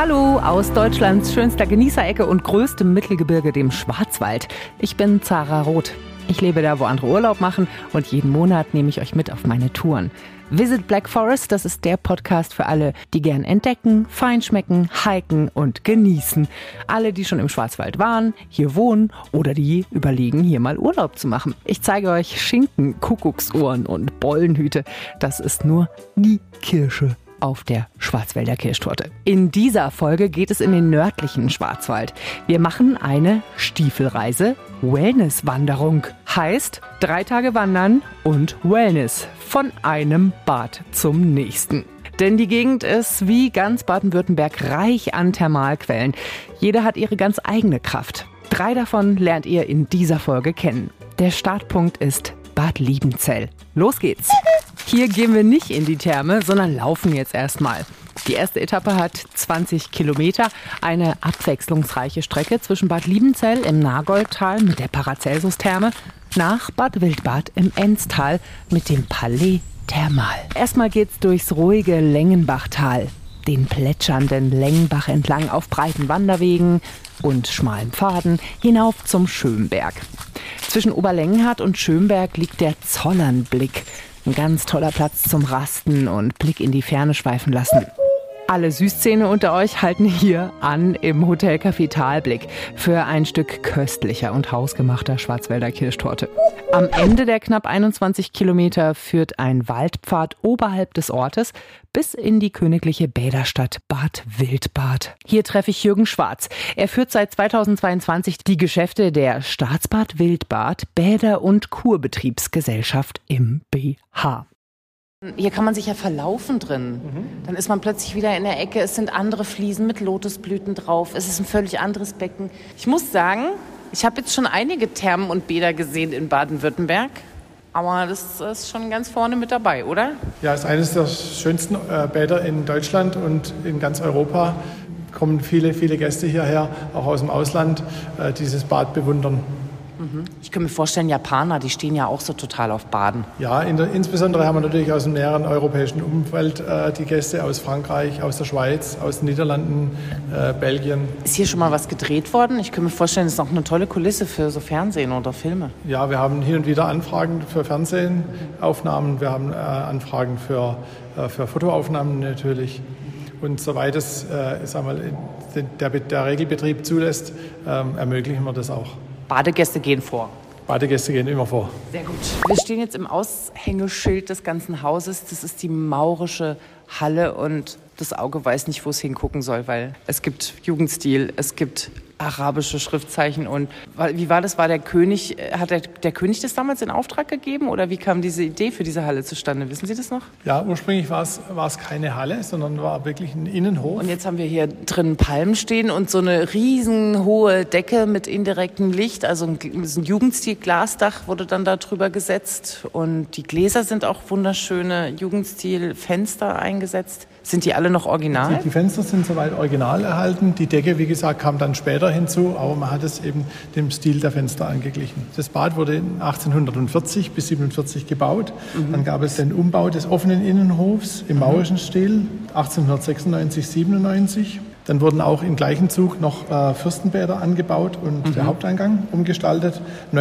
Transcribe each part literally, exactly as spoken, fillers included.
Hallo aus Deutschlands schönster Genießerecke und größtem Mittelgebirge, dem Schwarzwald. Ich bin Zara Roth. Ich lebe da, wo andere Urlaub machen, und jeden Monat nehme ich euch mit auf meine Touren. Visit Black Forest, das ist der Podcast für alle, die gern entdecken, feinschmecken, hiken und genießen. Alle, die schon im Schwarzwald waren, hier wohnen oder die überlegen, hier mal Urlaub zu machen. Ich zeige euch Schinken, Kuckucksuhren und Bollenhüte. Das ist nur die Kirsche auf der Schwarzwälder Kirschtorte. In dieser Folge geht es in den nördlichen Schwarzwald. Wir machen eine Stiefelreise, Wellnesswanderung. Heißt, drei Tage wandern und Wellness von einem Bad zum nächsten. Denn die Gegend ist wie ganz Baden-Württemberg reich an Thermalquellen. Jede hat ihre ganz eigene Kraft. Drei davon lernt ihr in dieser Folge kennen. Der Startpunkt ist Bad Liebenzell. Los geht's! Hier gehen wir nicht in die Therme, sondern laufen jetzt erstmal. Die erste Etappe hat zwanzig Kilometer, eine abwechslungsreiche Strecke zwischen Bad Liebenzell im Nagoldtal mit der Paracelsus-Therme nach Bad Wildbad im Enztal mit dem Palais Thermal. Erstmal geht's durchs ruhige Lengenbachtal, den plätschernden Lengenbach entlang auf breiten Wanderwegen und schmalen Pfaden hinauf zum Schönberg. Zwischen Oberlengenhardt und Schönberg liegt der Zollernblick. Ein ganz toller Platz zum Rasten und Blick in die Ferne schweifen lassen. Alle Süßzähne unter euch halten hier an im Hotelcafé Talblick für ein Stück köstlicher und hausgemachter Schwarzwälder Kirschtorte. Am Ende der knapp einundzwanzig Kilometer führt ein Waldpfad oberhalb des Ortes bis in die königliche Bäderstadt Bad Wildbad. Hier treffe ich Jürgen Schwarz. Er führt seit zweitausendzweiundzwanzig die Geschäfte der Staatsbad Wildbad Bäder- und Kurbetriebsgesellschaft M B H. Hier kann man sich ja verlaufen drin. Mhm. Dann ist man plötzlich wieder in der Ecke. Es sind andere Fliesen mit Lotusblüten drauf. Es ist ein völlig anderes Becken. Ich muss sagen, ich habe jetzt schon einige Thermen und Bäder gesehen in Baden-Württemberg. Aber das ist schon ganz vorne mit dabei, oder? Ja, es ist eines der schönsten Bäder in Deutschland und in ganz Europa. Kommen viele, viele Gäste hierher, auch aus dem Ausland, dieses Bad bewundern. Ich kann mir vorstellen, Japaner, die stehen ja auch so total auf Baden. Ja, in der, insbesondere haben wir natürlich aus dem näheren europäischen Umfeld äh, die Gäste aus Frankreich, aus der Schweiz, aus den Niederlanden, äh, Belgien. Ist hier schon mal was gedreht worden? Ich kann mir vorstellen, das ist auch eine tolle Kulisse für so Fernsehen oder Filme. Ja, wir haben hin und wieder Anfragen für Fernsehaufnahmen, wir haben äh, Anfragen für, äh, für Fotoaufnahmen natürlich. Und soweit es äh, sag mal, der, der Regelbetrieb zulässt, äh, ermöglichen wir das auch. Badegäste gehen vor. Badegäste gehen immer vor. Sehr gut. Wir stehen jetzt im Aushängeschild des ganzen Hauses. Das ist die Maurische Halle und das Auge weiß nicht, wo es hingucken soll, weil es gibt Jugendstil, es gibt arabische Schriftzeichen. Und wie war das? War der König, hat der, der König das damals in Auftrag gegeben oder wie kam diese Idee für diese Halle zustande? Wissen Sie das noch? Ja, ursprünglich war es, war es keine Halle, sondern war wirklich ein Innenhof. Und jetzt haben wir hier drin Palmen stehen und so eine riesenhohe Decke mit indirektem Licht. Also ein, ein Jugendstil-Glasdach wurde dann da drüber gesetzt. Und die Gläser sind auch wunderschöne Jugendstil-Fenster eingesetzt. Sind die alle noch original? Die Fenster sind soweit original erhalten. Die Decke, wie gesagt, kam dann später hinzu, aber man hat es eben dem Stil der Fenster angeglichen. Das Bad wurde achtzehnhundertvierzig bis siebenundvierzig gebaut. Mhm. Dann gab es den Umbau des offenen Innenhofs im maurischen Stil achtzehnhundertsechsundneunzig, siebenundneunzig. Dann wurden auch im gleichen Zug noch äh, Fürstenbäder angebaut und mhm. der Haupteingang umgestaltet.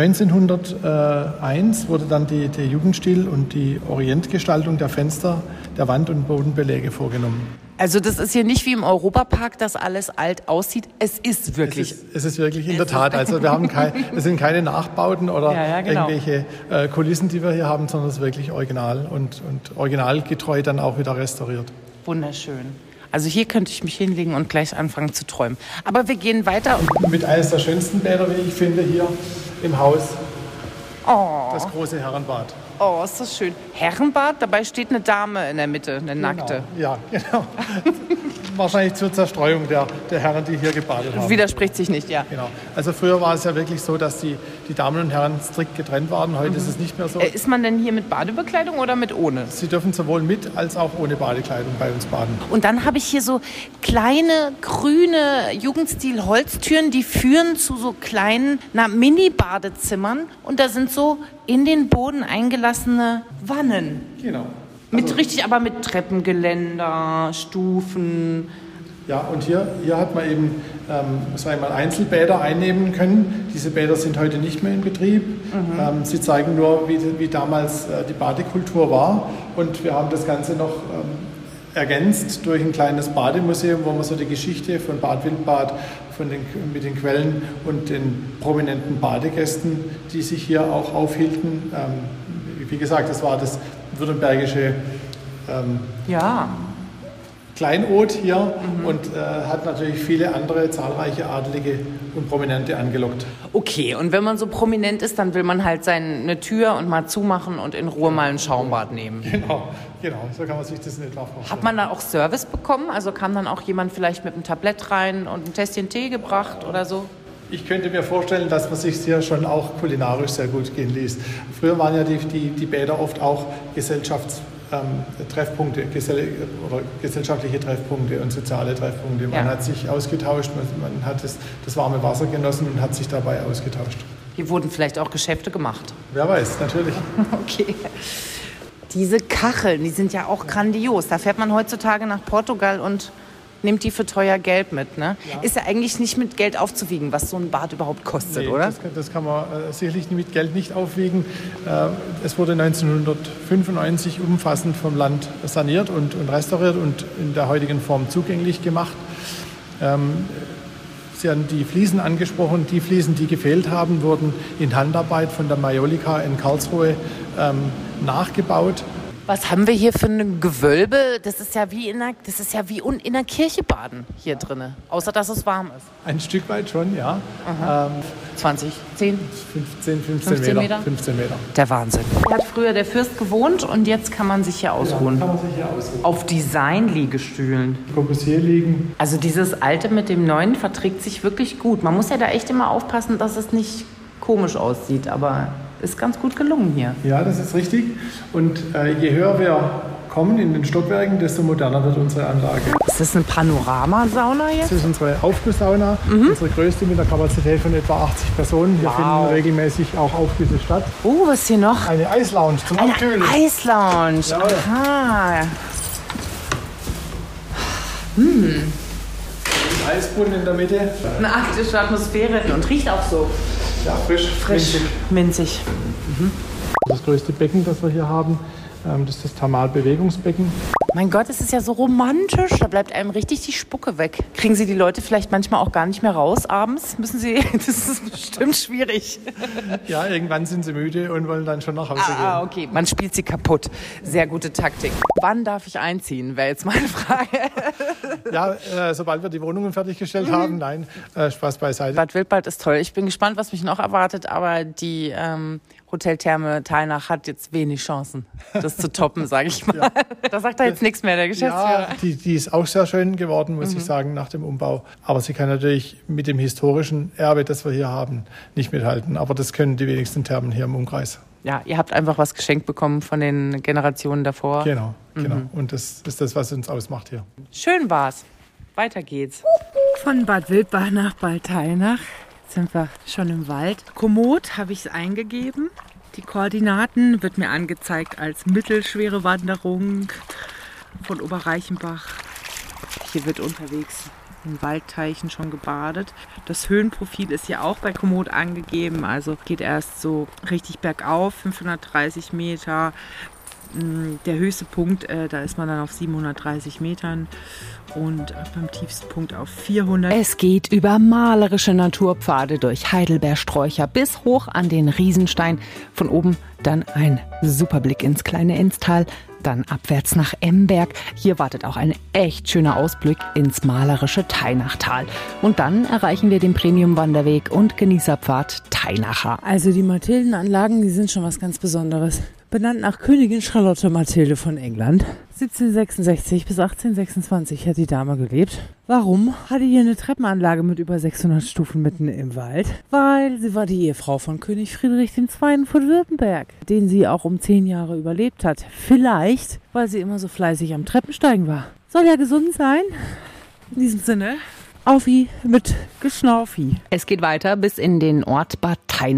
neunzehnhunderteins wurde dann die, der Jugendstil und die Orientgestaltung der Fenster, der Wand- und Bodenbeläge vorgenommen. Also das ist hier nicht wie im Europapark, dass alles alt aussieht. Es ist wirklich. Es ist, es ist wirklich in der Tat. Also wir haben kein, es sind keine Nachbauten oder ja, ja, genau. irgendwelche äh, Kulissen, die wir hier haben, sondern es ist wirklich original und, und originalgetreu dann auch wieder restauriert. Wunderschön. Also hier könnte ich mich hinlegen und gleich anfangen zu träumen. Aber wir gehen weiter. Mit eines der schönsten Bäder, wie ich finde, hier im Haus. Oh. Das große Herrenbad. Oh, ist das schön. Herrenbad, dabei steht eine Dame in der Mitte, eine nackte. Genau. Ja, genau. Wahrscheinlich zur Zerstreuung der, der Herren, die hier gebadet haben. Widerspricht sich nicht, ja. Genau. Also früher war es ja wirklich so, dass die, die Damen und Herren strikt getrennt waren. Heute mhm. ist es nicht mehr so. Ist man denn hier mit Badebekleidung oder mit ohne? Sie dürfen sowohl mit als auch ohne Badekleidung bei uns baden. Und dann habe ich hier so kleine, grüne Jugendstil-Holztüren, die führen zu so kleinen na, Mini-Badezimmern. Und da sind so in den Boden eingelassene Wannen. Genau. Mit richtig, aber mit Treppengeländer, Stufen. Ja, und hier, hier hat man eben ähm, sagen wir mal Einzelbäder einnehmen können. Diese Bäder sind heute nicht mehr in Betrieb. Mhm. Ähm, sie zeigen nur, wie, wie damals äh, die Badekultur war. Und wir haben das Ganze noch ähm, ergänzt durch ein kleines Bademuseum, wo man so die Geschichte von Bad Wildbad von den, mit den Quellen und den prominenten Badegästen, die sich hier auch aufhielten. Ähm, wie gesagt, das war das württembergische ähm, ja. Kleinod hier mhm. und äh, hat natürlich viele andere zahlreiche Adelige und Prominente angelockt. Okay, und wenn man so prominent ist, dann will man halt seine Tür und mal zumachen und in Ruhe mal ein Schaumbad nehmen. Genau, genau, so kann man sich das in etwa vorstellen. Hat man da auch Service bekommen? Also kam dann auch jemand vielleicht mit einem Tablett rein und ein Tässchen Tee gebracht oder so? Ich könnte mir vorstellen, dass man sich hier schon auch kulinarisch sehr gut gehen ließ. Früher waren ja die, die, die Bäder oft auch Gesellschafts Ähm, Treffpunkte, gesell oder gesellschaftliche Treffpunkte und soziale Treffpunkte. Man ja. hat sich ausgetauscht, man, man hat das, das warme Wasser genossen und hat sich dabei ausgetauscht. Hier wurden vielleicht auch Geschäfte gemacht. Wer weiß, natürlich. Okay. Diese Kacheln, die sind ja auch grandios. Da fährt man heutzutage nach Portugal und nimmt die für teuer Geld mit. Ne? Ja. Ist ja eigentlich nicht mit Geld aufzuwiegen, was so ein Bad überhaupt kostet, nee, oder? Das kann, das kann man äh, sicherlich mit Geld nicht aufwiegen. Äh, es wurde neunzehnhundertfünfundneunzig umfassend vom Land saniert und, und restauriert und in der heutigen Form zugänglich gemacht. Ähm, Sie haben die Fliesen angesprochen. Die Fliesen, die gefehlt haben, wurden in Handarbeit von der Majolika in Karlsruhe ähm, nachgebaut. Was haben wir hier für ein Gewölbe? Das ist ja wie in einer, das ist ja wie in einer Kirche baden hier drin, außer dass es warm ist. Ein Stück weit schon, ja. Ähm, zwanzig, zehn? fünfzehn, fünfzehn Meter. fünfzehn Meter. Der Wahnsinn. Hier hat früher der Fürst gewohnt und jetzt kann man sich hier ausruhen. Ja, kann man sich hier ausruhen. Auf Design-Liegestühlen. Corbusier liegen. Also dieses Alte mit dem Neuen verträgt sich wirklich gut. Man muss ja da echt immer aufpassen, dass es nicht komisch aussieht, aber ist ganz gut gelungen hier. Ja, das ist richtig. Und äh, je höher wir kommen in den Stockwerken, desto moderner wird unsere Anlage. Ist das eine Panoramasauna jetzt? Das ist unsere Aufgusssauna, mhm. unsere größte mit einer Kapazität von etwa achtzig Personen. Hier wow. finden regelmäßig auch Aufgüsse statt. Oh, was ist hier noch? Eine Eislounge zum Eine Abkühlen. Eislounge. Jawohl. Aha. Hm. Ein Eisbrunnen in der Mitte. Eine arktische Atmosphäre und riecht auch so. Ja, frisch, frisch, minzig. minzig. Mhm. Das größte Becken, das wir hier haben, das ist das Thermalbewegungsbecken. Mein Gott, es ist ja so romantisch. Da bleibt einem richtig die Spucke weg. Kriegen Sie die Leute vielleicht manchmal auch gar nicht mehr raus abends? Müssen Sie? Das ist bestimmt schwierig. Ja, irgendwann sind sie müde und wollen dann schon nach Hause ah, gehen. Ah, okay. Man spielt sie kaputt. Sehr gute Taktik. Wann darf ich einziehen? Wäre jetzt meine Frage. Ja, äh, sobald wir die Wohnungen fertiggestellt mhm. haben. Nein, äh, Spaß beiseite. Bad Wildbad ist toll. Ich bin gespannt, was mich noch erwartet. Aber die ähm, Hoteltherme Thalnach hat jetzt wenig Chancen, das zu toppen, sage ich mal. Ja. Da sagt er jetzt nichts mehr, der Geschäftsführer. Ja, die, die ist auch sehr schön geworden, muss mhm. ich sagen, nach dem Umbau. Aber sie kann natürlich mit dem historischen Erbe, das wir hier haben, nicht mithalten. Aber das können die wenigsten Thermen hier im Umkreis. Ja, ihr habt einfach was geschenkt bekommen von den Generationen davor. Genau, mhm. genau. Und das ist das, was uns ausmacht hier. Schön war's. Weiter geht's. Von Bad Wildbad nach Bad Thalnach. Jetzt sind wir schon im Wald. Komoot habe ich es eingegeben. Die Koordinaten wird mir angezeigt als mittelschwere Wanderung von Oberreichenbach. Hier wird unterwegs in Waldteichen schon gebadet. Das Höhenprofil ist hier auch bei Komoot angegeben. Also geht erst so richtig bergauf, fünfhundertdreißig Meter. Der höchste Punkt, äh, da ist man dann auf siebenhundertdreißig Metern und beim tiefsten Punkt auf vierhundert. Es geht über malerische Naturpfade durch Heidelbeersträucher bis hoch an den Riesenstein. Von oben dann ein super Blick ins kleine Enztal, dann abwärts nach Emberg. Hier wartet auch ein echt schöner Ausblick ins malerische Thainachtal. Und dann erreichen wir den Premium-Wanderweg und Genießerpfad Thainacher. Also die Mathildenanlagen, die sind schon was ganz Besonderes. Benannt nach Königin Charlotte Mathilde von England. siebzehnhundertsechsundsechzig bis achtzehnhundertsechsundzwanzig hat die Dame gelebt. Warum hatte hier eine Treppenanlage mit über sechshundert Stufen mitten im Wald? Weil sie war die Ehefrau von König Friedrich der Zweite von Württemberg, den sie auch um zehn Jahre überlebt hat. Vielleicht, weil sie immer so fleißig am Treppensteigen war. Soll ja gesund sein. In diesem Sinne, Aufi mit Geschnaufi. Es geht weiter bis in den Ort Bad Thalnach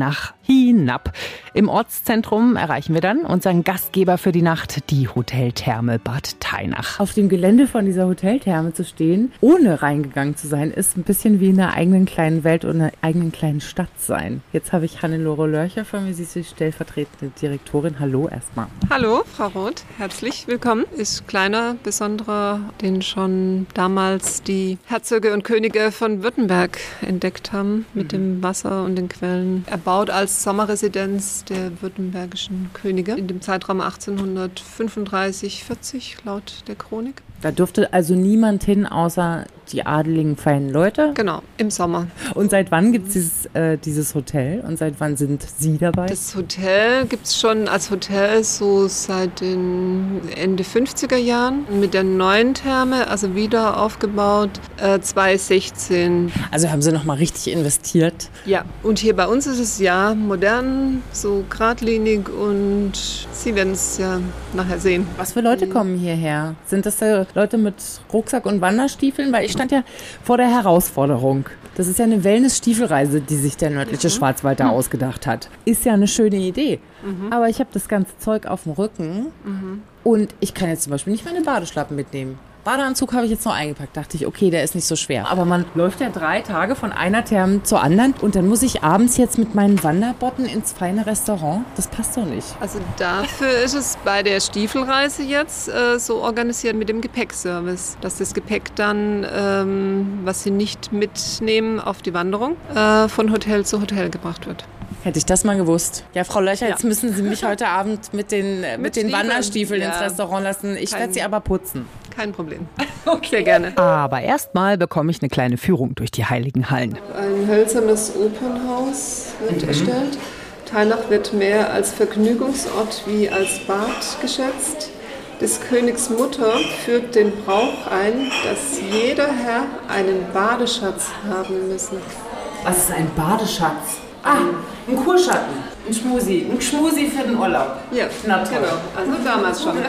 hinab. Im Ortszentrum erreichen wir dann unseren Gastgeber für die Nacht, die Hoteltherme Bad Tainach. Auf dem Gelände von dieser Hoteltherme zu stehen, ohne reingegangen zu sein, ist ein bisschen wie in einer eigenen kleinen Welt und einer eigenen kleinen Stadt sein. Jetzt habe ich Hannelore Lörcher vor mir, sie ist die stellvertretende Direktorin. Hallo erstmal. Hallo, Frau Roth, herzlich willkommen. Ist kleiner, besonderer, den schon damals die Herzöge und Könige von Württemberg entdeckt haben, mit mhm. dem Wasser und den Quellen. Erbaut als Sommerresidenz der württembergischen Könige in dem Zeitraum achtzehnhundertfünfunddreißig vierzig laut der Chronik. Da durfte also niemand hin, außer die adeligen, feinen Leute? Genau, im Sommer. Und seit wann gibt es dieses, äh, dieses Hotel und seit wann sind Sie dabei? Das Hotel gibt es schon als Hotel so seit den Ende fünfziger Jahren. Mit der neuen Therme, also wieder aufgebaut, äh, zweitausendsechzehn. Also haben Sie nochmal richtig investiert? Ja, und hier bei uns ist es ja modern, so geradlinig und Sie werden es ja nachher sehen. Was für Leute kommen hierher? Sind das äh, Leute mit Rucksack und Wanderstiefeln? Weil ich stand ja vor der Herausforderung. Das ist ja eine Wellness-Stiefelreise, die sich der nördliche mhm. Schwarzwald da mhm. ausgedacht hat. Ist ja eine schöne Idee. Mhm. Aber ich habe das ganze Zeug auf dem Rücken mhm. und ich kann jetzt zum Beispiel nicht meine Badeschlappen mitnehmen. Badeanzug habe ich jetzt noch eingepackt. Dachte ich, okay, der ist nicht so schwer. Aber man läuft ja drei Tage von einer Therme zur anderen und dann muss ich abends jetzt mit meinen Wanderbotten ins feine Restaurant. Das passt doch nicht. Also dafür ist es bei der Stiefelreise jetzt äh, so organisiert mit dem Gepäckservice, dass das Gepäck dann, ähm, was Sie nicht mitnehmen auf die Wanderung, äh, von Hotel zu Hotel gebracht wird. Hätte ich das mal gewusst. Ja, Frau Löcher, jetzt ja. müssen Sie mich heute Abend mit den, mit mit den Wanderstiefeln ja. ins Restaurant lassen. Ich werde sie aber putzen. Kein Problem. Okay, sehr gerne. Aber erstmal bekomme ich eine kleine Führung durch die Heiligen Hallen. Ein hölzernes Opernhaus wird mhm. erstellt. Tainach wird mehr als Vergnügungsort wie als Bad geschätzt. Des Königs Mutter führt den Brauch ein, dass jeder Herr einen Badeschatz haben müssen. Was ist ein Badeschatz? Ah, ein Kurschatten, ein Schmusi, ein Schmusi für den Urlaub. Ja, na toll. Genau. Also damals schon.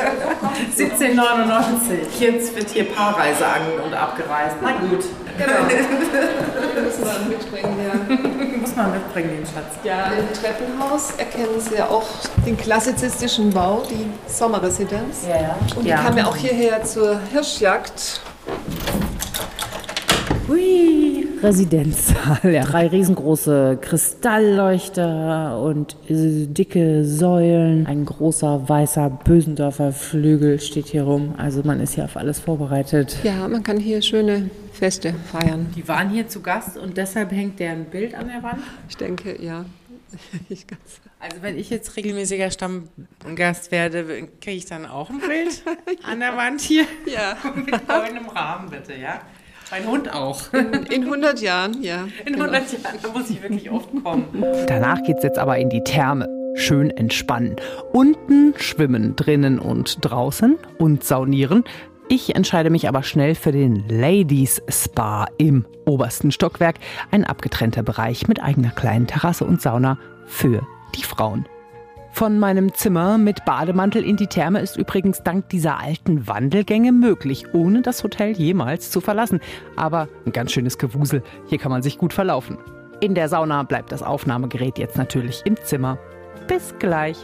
siebzehnhundertneunundneunzig. Jetzt wird hier Paarreise an- und abgereist. Na gut. Genau. Muss man mitbringen, ja. Muss man mitbringen, den Schatz. Ja, im Treppenhaus erkennen Sie ja auch den klassizistischen Bau, die Sommerresidenz. Ja, ja. Und die ja. kam ja auch hierher zur Hirschjagd. Hui, Residenzsaal. Ja. Drei riesengroße Kristallleuchter und äh, dicke Säulen. Ein großer weißer Bösendorfer Flügel steht hier rum. Also man ist hier auf alles vorbereitet. Ja, man kann hier schöne Feste feiern. Die waren hier zu Gast und deshalb hängt deren Bild an der Wand? Ich denke, ja. Ich also wenn ich jetzt regelmäßiger Stammgast werde, kriege ich dann auch ein Bild an der Wand hier? Ja. Mit einem Rahmen bitte, ja? Mein Hund auch. In, in hundert Jahren, ja. In hundert genau. Jahren, da muss ich wirklich oft kommen. Danach geht's jetzt aber in die Therme. Schön entspannen. Unten schwimmen, drinnen und draußen und saunieren. Ich entscheide mich aber schnell für den Ladies Spa im obersten Stockwerk. Ein abgetrennter Bereich mit eigener kleinen Terrasse und Sauna für die Frauen. Von meinem Zimmer mit Bademantel in die Therme ist übrigens dank dieser alten Wandelgänge möglich, ohne das Hotel jemals zu verlassen. Aber ein ganz schönes Gewusel, hier kann man sich gut verlaufen. In der Sauna bleibt das Aufnahmegerät jetzt natürlich im Zimmer. Bis gleich.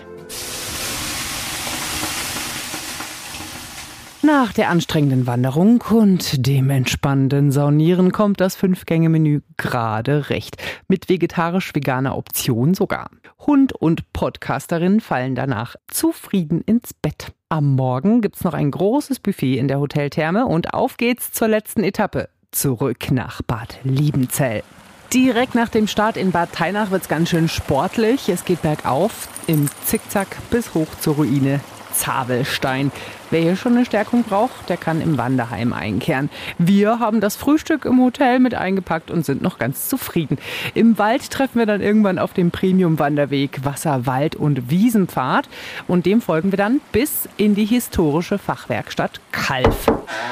Nach der anstrengenden Wanderung und dem entspannenden Saunieren kommt das Fünf-Gänge-Menü gerade recht. Mit vegetarisch-veganer Option sogar. Hund und Podcasterin fallen danach zufrieden ins Bett. Am Morgen gibt's noch ein großes Buffet in der Hoteltherme und auf geht's zur letzten Etappe. Zurück nach Bad Liebenzell. Direkt nach dem Start in Bad Tainach wird's ganz schön sportlich. Es geht bergauf im Zickzack bis hoch zur Ruine Zabelstein. Wer hier schon eine Stärkung braucht, der kann im Wanderheim einkehren. Wir haben das Frühstück im Hotel mit eingepackt und sind noch ganz zufrieden. Im Wald treffen wir dann irgendwann auf dem Premium-Wanderweg Wasser-, Wald- und Wiesenpfad. Und dem folgen wir dann bis in die historische Fachwerkstatt Calw.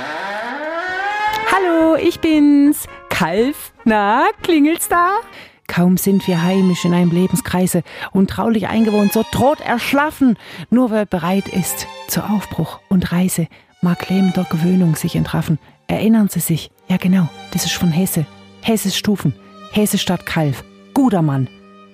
Hallo, ich bin's. Calw, na, klingelt's da? Kaum sind wir heimisch in einem Lebenskreise und traulich eingewohnt, so droht Erschlaffen. Nur wer bereit ist zu Aufbruch und Reise, mag lähmender Gewöhnung sich entraffen. Erinnern Sie sich, ja genau, das ist von Hesse. Hesses Stufen, Hesse Stadt Calw. Guter Mann,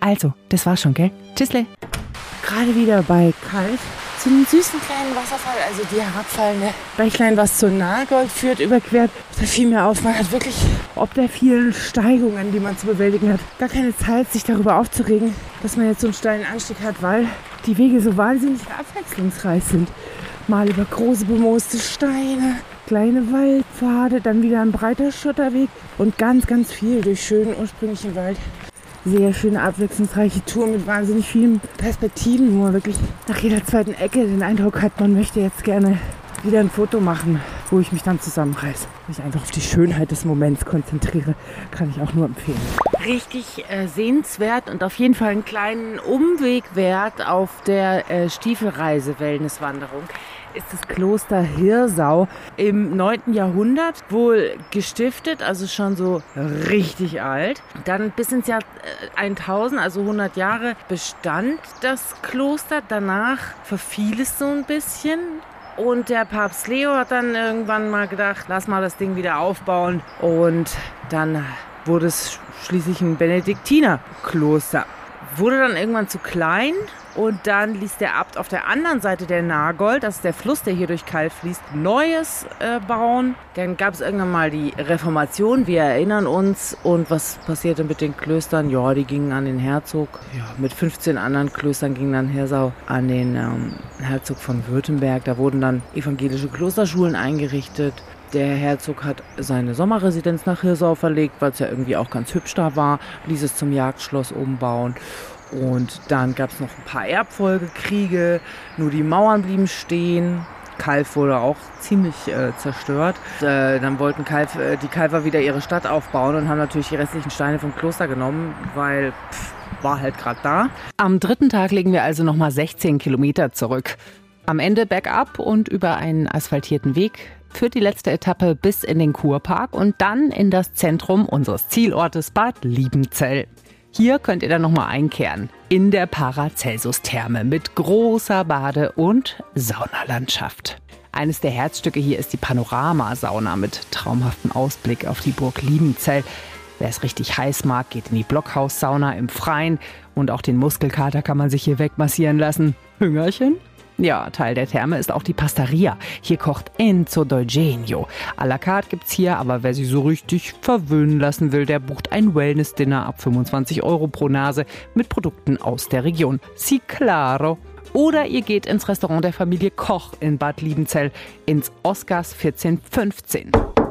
Also, das war's schon, gell? Tschüssle. Gerade wieder bei Kalf zu einem süßen kleinen Wasserfall, also die herabfallende Bächlein, was zur Nagold führt, überquert. Da fiel mir auf, man hat wirklich, ob der vielen Steigungen, die man zu bewältigen hat, gar keine Zeit, sich darüber aufzuregen, dass man jetzt so einen steilen Anstieg hat, weil die Wege so wahnsinnig abwechslungsreich sind. Mal über große bemooste Steine, kleine Waldpfade, dann wieder ein breiter Schotterweg und ganz, ganz viel durch schönen ursprünglichen Wald. Sehr schöne, abwechslungsreiche Tour mit wahnsinnig vielen Perspektiven, wo man wirklich nach jeder zweiten Ecke den Eindruck hat, man möchte jetzt gerne wieder ein Foto machen, wo ich mich dann zusammenreiße. Mich einfach auf die Schönheit des Moments konzentriere, kann ich auch nur empfehlen. Richtig äh, sehenswert und auf jeden Fall einen kleinen Umweg wert auf der äh, Stiefelreise Wellnesswanderung ist das Kloster Hirsau im neunten Jahrhundert wohl gestiftet, also schon so richtig alt. Dann bis ins Jahr tausend, also hundert Jahre, bestand das Kloster. Danach verfiel es so ein bisschen. Und der Papst Leo hat dann irgendwann mal gedacht, lass mal das Ding wieder aufbauen. Und dann wurde es schließlich ein Benediktinerkloster. Wurde dann irgendwann zu klein und dann ließ der Abt auf der anderen Seite der Nagold, das ist der Fluss, der hier durch Kalf fließt, Neues äh, bauen. Dann gab es irgendwann mal die Reformation, wir erinnern uns. Und was passierte mit den Klöstern? Ja, die gingen an den Herzog. Ja, mit fünfzehn anderen Klöstern ging dann Hirsau an den ähm, Herzog von Württemberg. Da wurden dann evangelische Klosterschulen eingerichtet. Der Herzog hat seine Sommerresidenz nach Hirsau verlegt, weil es ja irgendwie auch ganz hübsch da war, ließ es zum Jagdschloss umbauen. Und dann gab es noch ein paar Erbfolgekriege, nur die Mauern blieben stehen. Kalf wurde auch ziemlich äh, zerstört. Äh, dann wollten Kalf, äh, die Kalfer wieder ihre Stadt aufbauen und haben natürlich die restlichen Steine vom Kloster genommen, weil pff, war halt gerade da. Am dritten Tag legen wir also nochmal sechzehn Kilometer zurück. Am Ende bergab und über einen asphaltierten Weg führt die letzte Etappe bis in den Kurpark und dann in das Zentrum unseres Zielortes Bad Liebenzell. Hier könnt ihr dann nochmal einkehren in der Paracelsus-Therme mit großer Bade- und Saunalandschaft. Eines der Herzstücke hier ist die Panoramasauna mit traumhaftem Ausblick auf die Burg Liebenzell. Wer es richtig heiß mag, geht in die Blockhaussauna im Freien und auch den Muskelkater kann man sich hier wegmassieren lassen. Hüngerchen? Ja, Teil der Therme ist auch die Pastaria. Hier kocht Enzo D'Eugenio. À la carte gibt's hier, aber wer sich so richtig verwöhnen lassen will, der bucht ein Wellness-Dinner ab fünfundzwanzig Euro pro Nase mit Produkten aus der Region. Si claro. Oder ihr geht ins Restaurant der Familie Koch in Bad Liebenzell, ins Oscars vierzehn fünfzehn.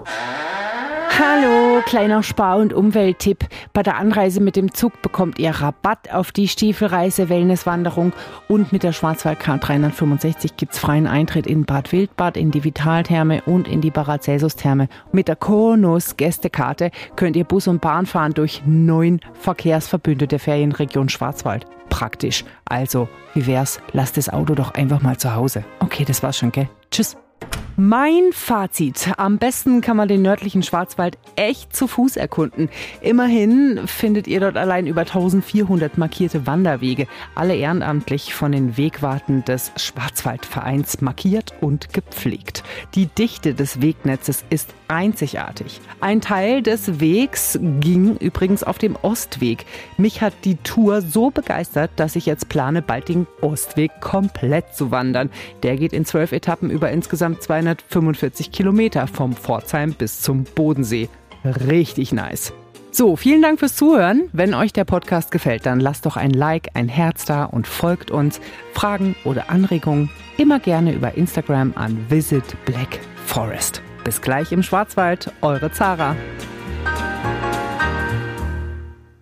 Hallo, kleiner Spar- und Umwelttipp. Bei der Anreise mit dem Zug bekommt ihr Rabatt auf die Stiefelreise Wellnesswanderung und mit der Schwarzwaldcard dreihundertfünfundsechzig gibt's freien Eintritt in Bad Wildbad, in die Vitaltherme und in die Paracelsus-Therme. Mit der Konus Gästekarte könnt ihr Bus und Bahn fahren durch neun Verkehrsverbünde der Ferienregion Schwarzwald. Praktisch. Also, wie wär's? Lasst das Auto doch einfach mal zu Hause. Okay, das war's schon, gell? Tschüss. Mein Fazit. Am besten kann man den nördlichen Schwarzwald echt zu Fuß erkunden. Immerhin findet ihr dort allein über eintausendvierhundert markierte Wanderwege, alle ehrenamtlich von den Wegwarten des Schwarzwaldvereins markiert und gepflegt. Die Dichte des Wegnetzes ist einzigartig. Ein Teil des Wegs ging übrigens auf dem Ostweg. Mich hat die Tour so begeistert, dass ich jetzt plane, bald den Ostweg komplett zu wandern. Der geht in zwölf Etappen über insgesamt zweihundertfünfundvierzig Kilometer vom Pforzheim bis zum Bodensee. Richtig nice. So, vielen Dank fürs Zuhören. Wenn euch der Podcast gefällt, dann lasst doch ein Like, ein Herz da und folgt uns. Fragen oder Anregungen immer gerne über Instagram an Visit Black Forest. Bis gleich im Schwarzwald, eure Zara.